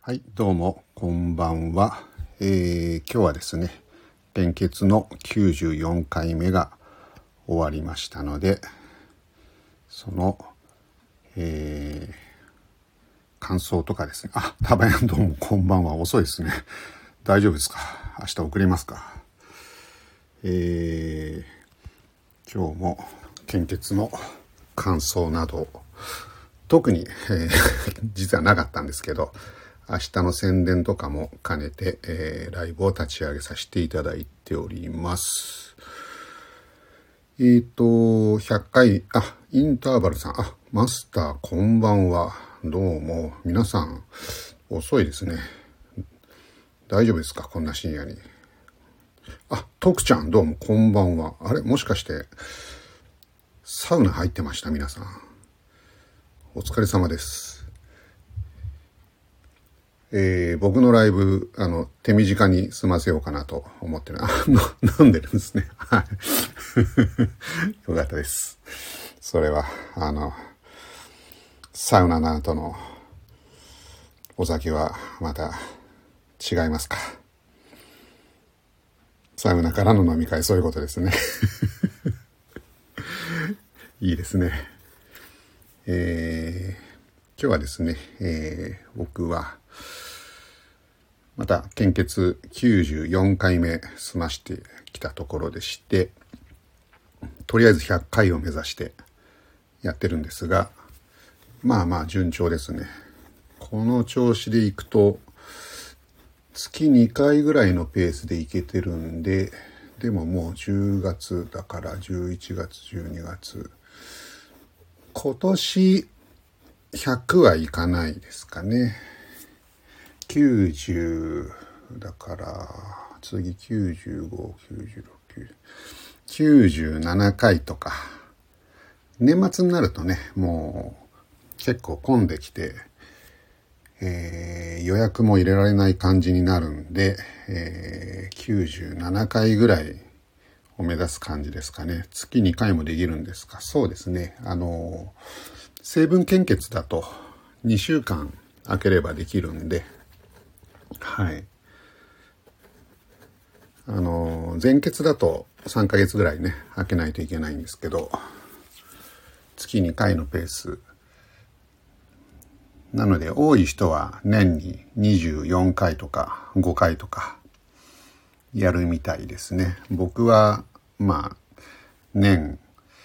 はい、どうもこんばんは。今日はですね、献血の94回目が終わりましたので、その、感想とかですね。タバヤンどうもこんばんは。遅いですね。大丈夫ですか？明日送りますか？今日も献血の感想など特に、実はなかったんですけど、明日の宣伝とかも兼ねて、ライブを立ち上げさせていただいております。100回、インターバルさん、マスターこんばんは。どうも、皆さん、遅いですね。大丈夫ですか？こんな深夜に。徳ちゃん、どうもこんばんは。あれ？もしかして、サウナ入ってました？皆さん。お疲れ様です。僕のライブ、手短に済ませようかなと思ってる。飲んでるんですね。はい。よかったです。それは、サウナの後のお酒はまた違いますか？サウナからの飲み会、そういうことですね。いいですね。今日はですね、僕は、また献血94回目済ましてきたところでして、とりあえず100回を目指してやってるんですが、まあ順調ですね。この調子でいくと月2回ぐらいのペースでいけてるんで、でももう10月だから11月12月、今年100はいかないですかね。90だから次95、96、97回とか、年末になるとね、もう結構混んできて、予約も入れられない感じになるんで、97回ぐらいを目指す感じですかね。月2回もできるんですか？そうですね。成分献血だと2週間空ければできるんで、はい。全血だと3ヶ月ぐらいね、空けないといけないんですけど、月2回のペース。なので、多い人は年に24回とか5回とかやるみたいですね。僕は、年、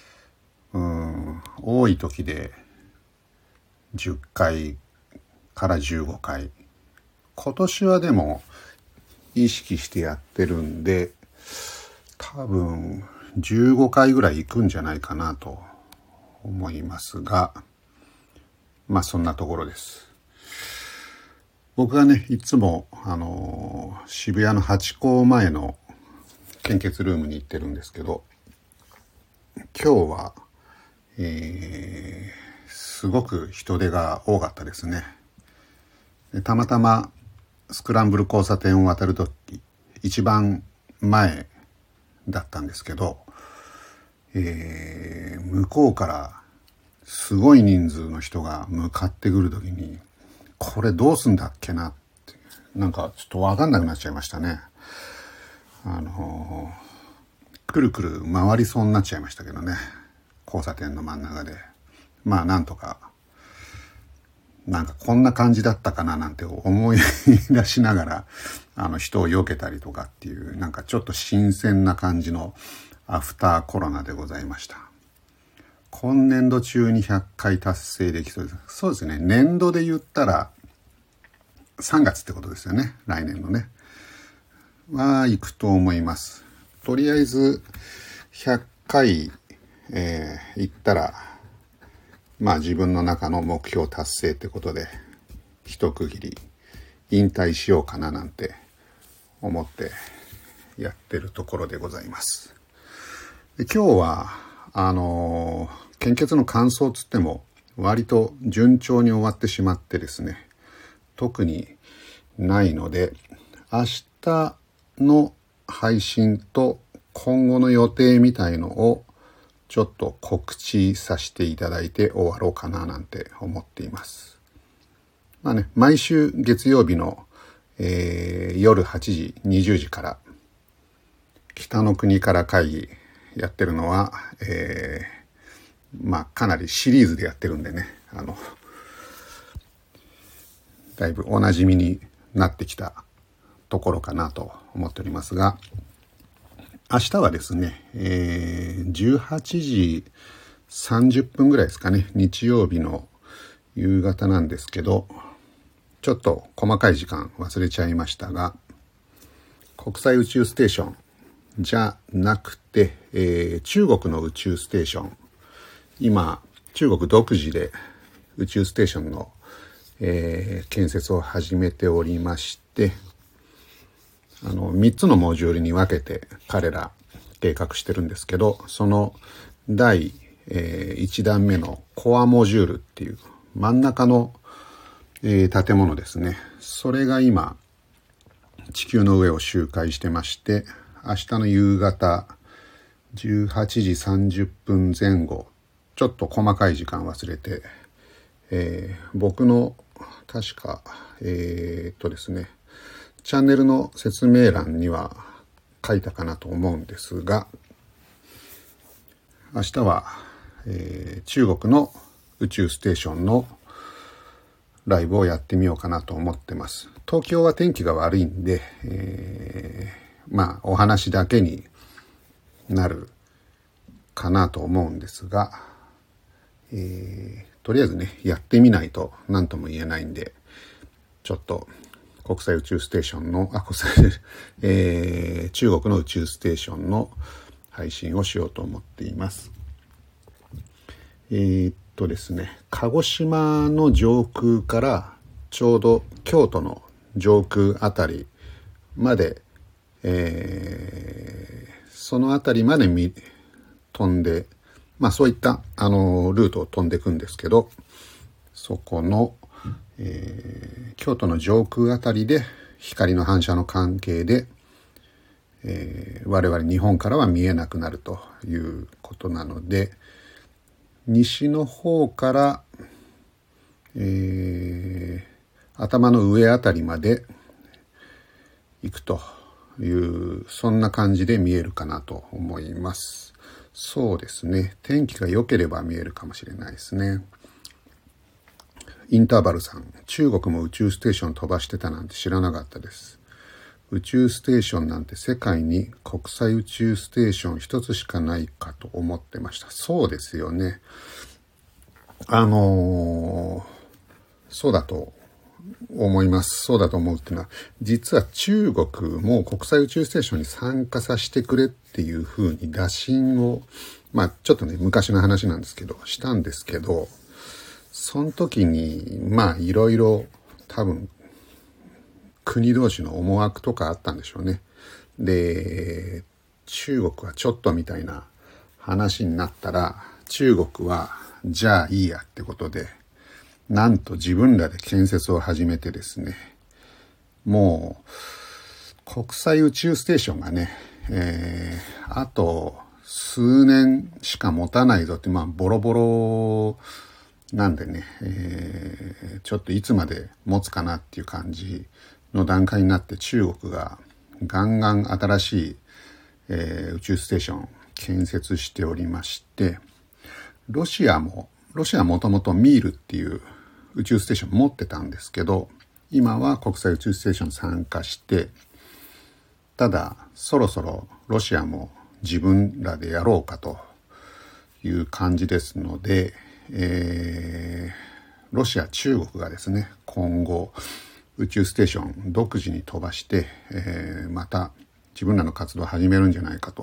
多い時で10回から15回。今年はでも意識してやってるんで、多分15回ぐらい行くんじゃないかなと思いますが、そんなところです。僕がね、いつも渋谷のハチ公前の献血ルームに行ってるんですけど、今日は、すごく人手が多かったですね。でたまたまスクランブル交差点を渡るとき、一番前だったんですけど、向こうからすごい人数の人が向かってくるときに、これどうすんだっけなって、なんかちょっとわかんなくなっちゃいましたね。くるくる回りそうになっちゃいましたけどね。交差点の真ん中で。なんとか、なんかこんな感じだったかななんて思い出しながら、人を避けたりとかっていう、なんかちょっと新鮮な感じのアフターコロナでございました。今年度中に100回達成できそうです。そうですね。年度で言ったら3月ってことですよね。来年のね。行くと思います。とりあえず100回、行ったら、自分の中の目標達成ってことで、一区切り引退しようかななんて思ってやってるところでございます。で今日は、献血の感想つっても割と順調に終わってしまってですね、特にないので、明日の配信と今後の予定みたいのをちょっと告知させていただいて終わろうかななんて思っています。 まあね、毎週月曜日の、夜8時、20時から、北の国から会議やってるのは、まあかなりシリーズでやってるんでね、だいぶおなじみになってきたところかなと思っておりますが、明日はですね、18時30分ぐらいですかね、日曜日の夕方なんですけど、ちょっと細かい時間忘れちゃいましたが、国際宇宙ステーションじゃなくて、中国の宇宙ステーション、今中国独自で宇宙ステーションの、建設を始めておりまして、3つのモジュールに分けて彼ら計画してるんですけど、その第、1段目のコアモジュールっていう真ん中の、建物ですね。それが今地球の上を周回してまして、明日の夕方18時30分前後、ちょっと細かい時間忘れて、僕の確かですね、チャンネルの説明欄には書いたかなと思うんですが、明日は、中国の宇宙ステーションのライブをやってみようかなと思ってます。東京は天気が悪いんで、まあお話だけになるかなと思うんですが、とりあえずね、やってみないと何とも言えないんで、ちょっと国際宇宙ステーションの、中国の宇宙ステーションの配信をしようと思っています。ですね、鹿児島の上空からちょうど京都の上空あたりまで、そのあたりまで飛んで、まあそういったルートを飛んでいくんですけど、そこの、京都の上空あたりで光の反射の関係で、我々日本からは見えなくなるということなので、西の方から、頭の上あたりまで行くという、そんな感じで見えるかなと思います。そうですね、天気が良ければ見えるかもしれないですね。インターバルさん、中国も宇宙ステーション飛ばしてたなんて知らなかったです。宇宙ステーションなんて世界に国際宇宙ステーション一つしかないかと思ってました。そうですよね。そうだと思います。そうだと思うっていうのは、実は中国も国際宇宙ステーションに参加させてくれっていうふうに打診を、まあちょっとね、昔の話なんですけど、したんですけど、その時に、まあいろいろ多分国同士の思惑とかあったんでしょうね。で、中国はちょっとみたいな話になったら、中国はじゃあいいやってことで、なんと自分らで建設を始めてですね、もう国際宇宙ステーションがね、あと数年しか持たないぞって、まあボロボロなんでね、ちょっといつまで持つかなっていう感じの段階になって、中国がガンガン新しい、宇宙ステーション建設しておりまして、ロシアもともとミールっていう宇宙ステーション持ってたんですけど、今は国際宇宙ステーション参加して、ただそろそろロシアも自分らでやろうかという感じですので、ロシア、中国がですね、今後宇宙ステーション独自に飛ばして、また自分らの活動を始めるんじゃないかと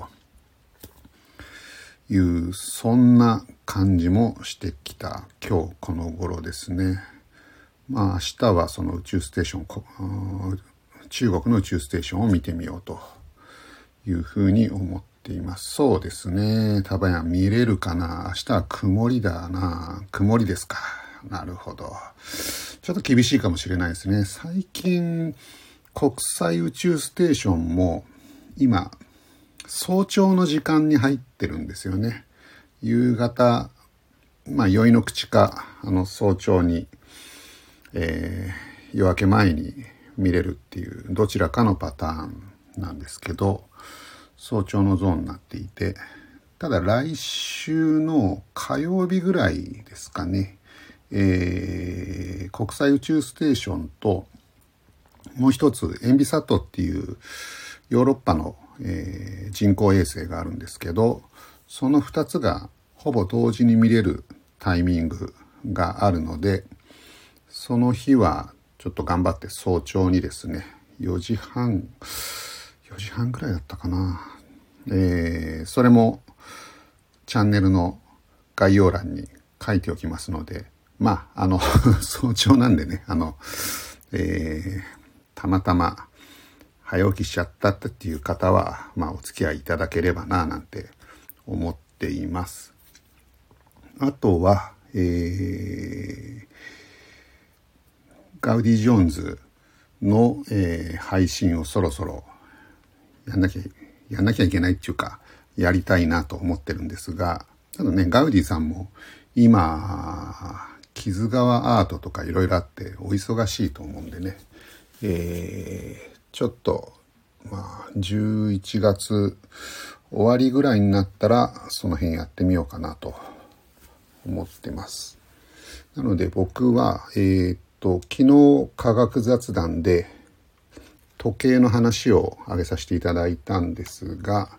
いう、そんな感じもしてきた今日この頃ですね。まあ明日はその宇宙ステーション、中国の宇宙ステーションを見てみようというふうに思っています。そうですね。多分見れるかな。明日は曇りだな。曇りですか。なるほど。ちょっと厳しいかもしれないですね。最近国際宇宙ステーションも今早朝の時間に入ってるんですよね。夕方、まあ宵の口か早朝に夜明け前に見れるっていうどちらかのパターンなんですけど、早朝のゾーンになっていて、ただ来週の火曜日ぐらいですかね、国際宇宙ステーションともう一つエンビサットっていうヨーロッパの、人工衛星があるんですけど、その2つがほぼ同時に見れるタイミングがあるので、その日はちょっと頑張って早朝にですね、4時半ぐらいだったかな、それもチャンネルの概要欄に書いておきますので、早朝なんでね、たまたま早起きしちゃったっていう方は、お付き合いいただければななんて思っています。あとは、ガウディ・ジョーンズの、配信をそろそろやんなきゃいけないっていうか、やりたいなと思ってるんですが、ただね、ガウディさんも今木津川アートとかいろいろあってお忙しいと思うんでね、ちょっと11月終わりぐらいになったらその辺やってみようかなと思ってます。なので僕は昨日科学雑談で時計の話を挙げさせていただいたんですが、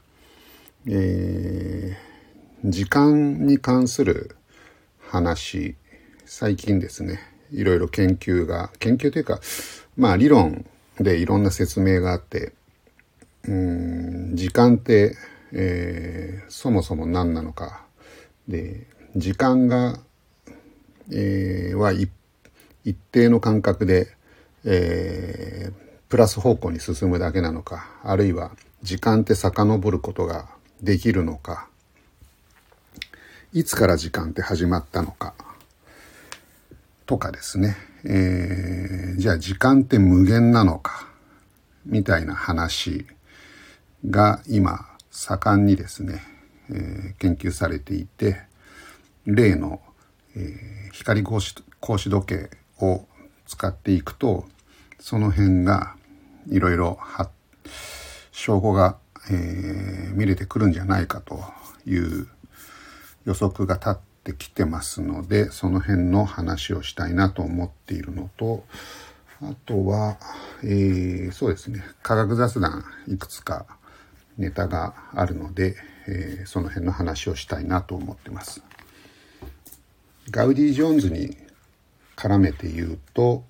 時間に関する話、最近ですね、いろいろ研究というか、理論でいろんな説明があって、時間って、そもそも何なのかで、時間が、は一定の間隔で、プラス方向に進むだけなのか、あるいは時間って遡ることができるのか、いつから時間って始まったのかとかですね、じゃあ時間って無限なのかみたいな話が今盛んにですね、研究されていて、例の、光格子時計を使っていくと、その辺がいろいろ証拠が、見れてくるんじゃないかという予測が立ってきてますので、その辺の話をしたいなと思っているのと、あとは、そうですね、科学雑談いくつかネタがあるので、その辺の話をしたいなと思ってます。ガウディ・ジョーンズに絡めて言うと、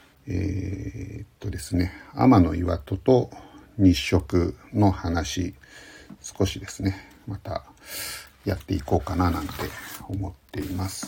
ですね、天岩戸と日食の話、少しですね、またやっていこうかななんて思っています。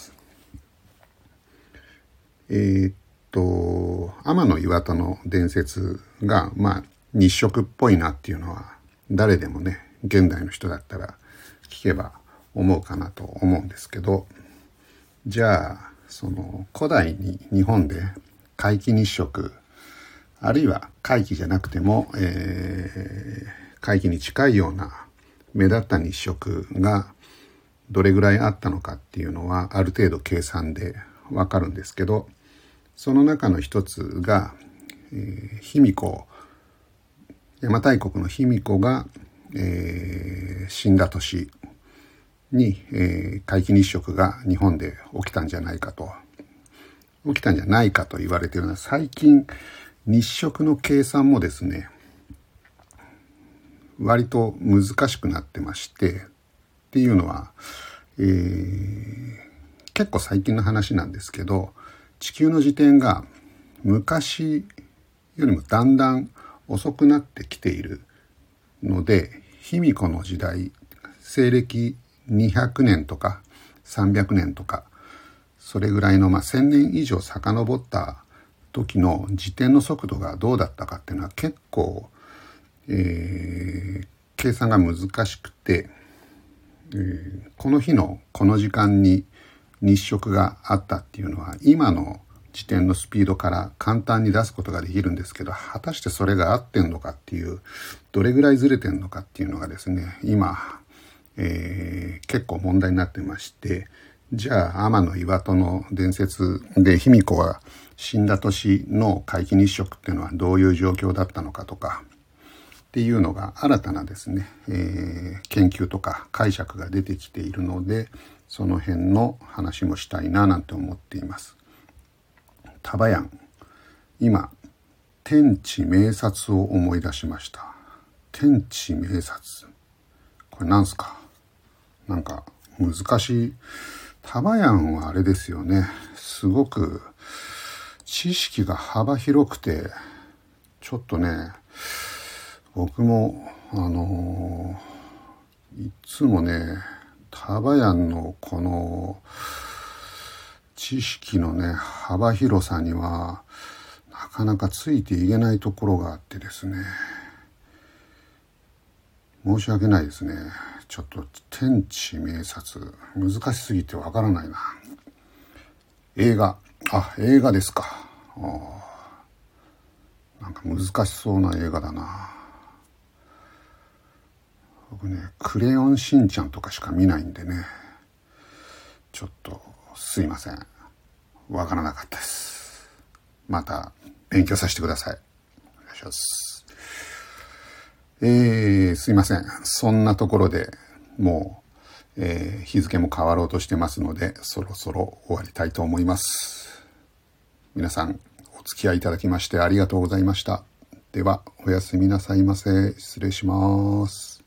天岩戸の伝説が、日食っぽいなっていうのは、誰でもね、現代の人だったら聞けば思うかなと思うんですけど、じゃあ、その古代に日本で皆既日食、あるいは皆既じゃなくても、皆既に近いような目立った日食がどれぐらいあったのかっていうのはある程度計算でわかるんですけど、その中の一つが、卑弥呼、邪馬台国の卑弥呼が、死んだ年に、皆既日食が日本で起きたんじゃないかと言われているのは、最近日食の計算もですね、割と難しくなってまして、っていうのは、結構最近の話なんですけど、地球の自転が昔よりもだんだん遅くなってきているので、卑弥呼の時代、西暦200年とか300年とか、それぐらいの1000年以上遡った時の自転の速度がどうだったかっていうのは結構、計算が難しくて、この日のこの時間に日食があったっていうのは今の自転のスピードから簡単に出すことができるんですけど、果たしてそれが合ってんのかっていう、どれぐらいずれてんのかっていうのがですね、今、結構問題になってまして、じゃあ天岩戸の伝説で卑弥呼が死んだ年の皆既日食っていうのはどういう状況だったのかとかっていうのが新たなですね、研究とか解釈が出てきているので、その辺の話もしたいななんて思っています。タバヤン、今天地明察を思い出しました。天地明察、これなんすか？なんか難しい。タバヤンはあれですよね、すごく知識が幅広くて、ちょっとね、僕もいつもね、タバヤンのこの知識のね幅広さにはなかなかついていけないところがあってですね、申し訳ないですね。ちょっと天地明察難しすぎてわからないな。映画ですか。なんか難しそうな映画だな。僕ね、クレヨンしんちゃんとかしか見ないんでね、ちょっとすいません、わからなかったです。また勉強させてください。お願いします。すいません、そんなところでもう、日付も変わろうとしてますので、そろそろ終わりたいと思います。皆さんお付き合いいただきましてありがとうございました。ではおやすみなさいませ。失礼します。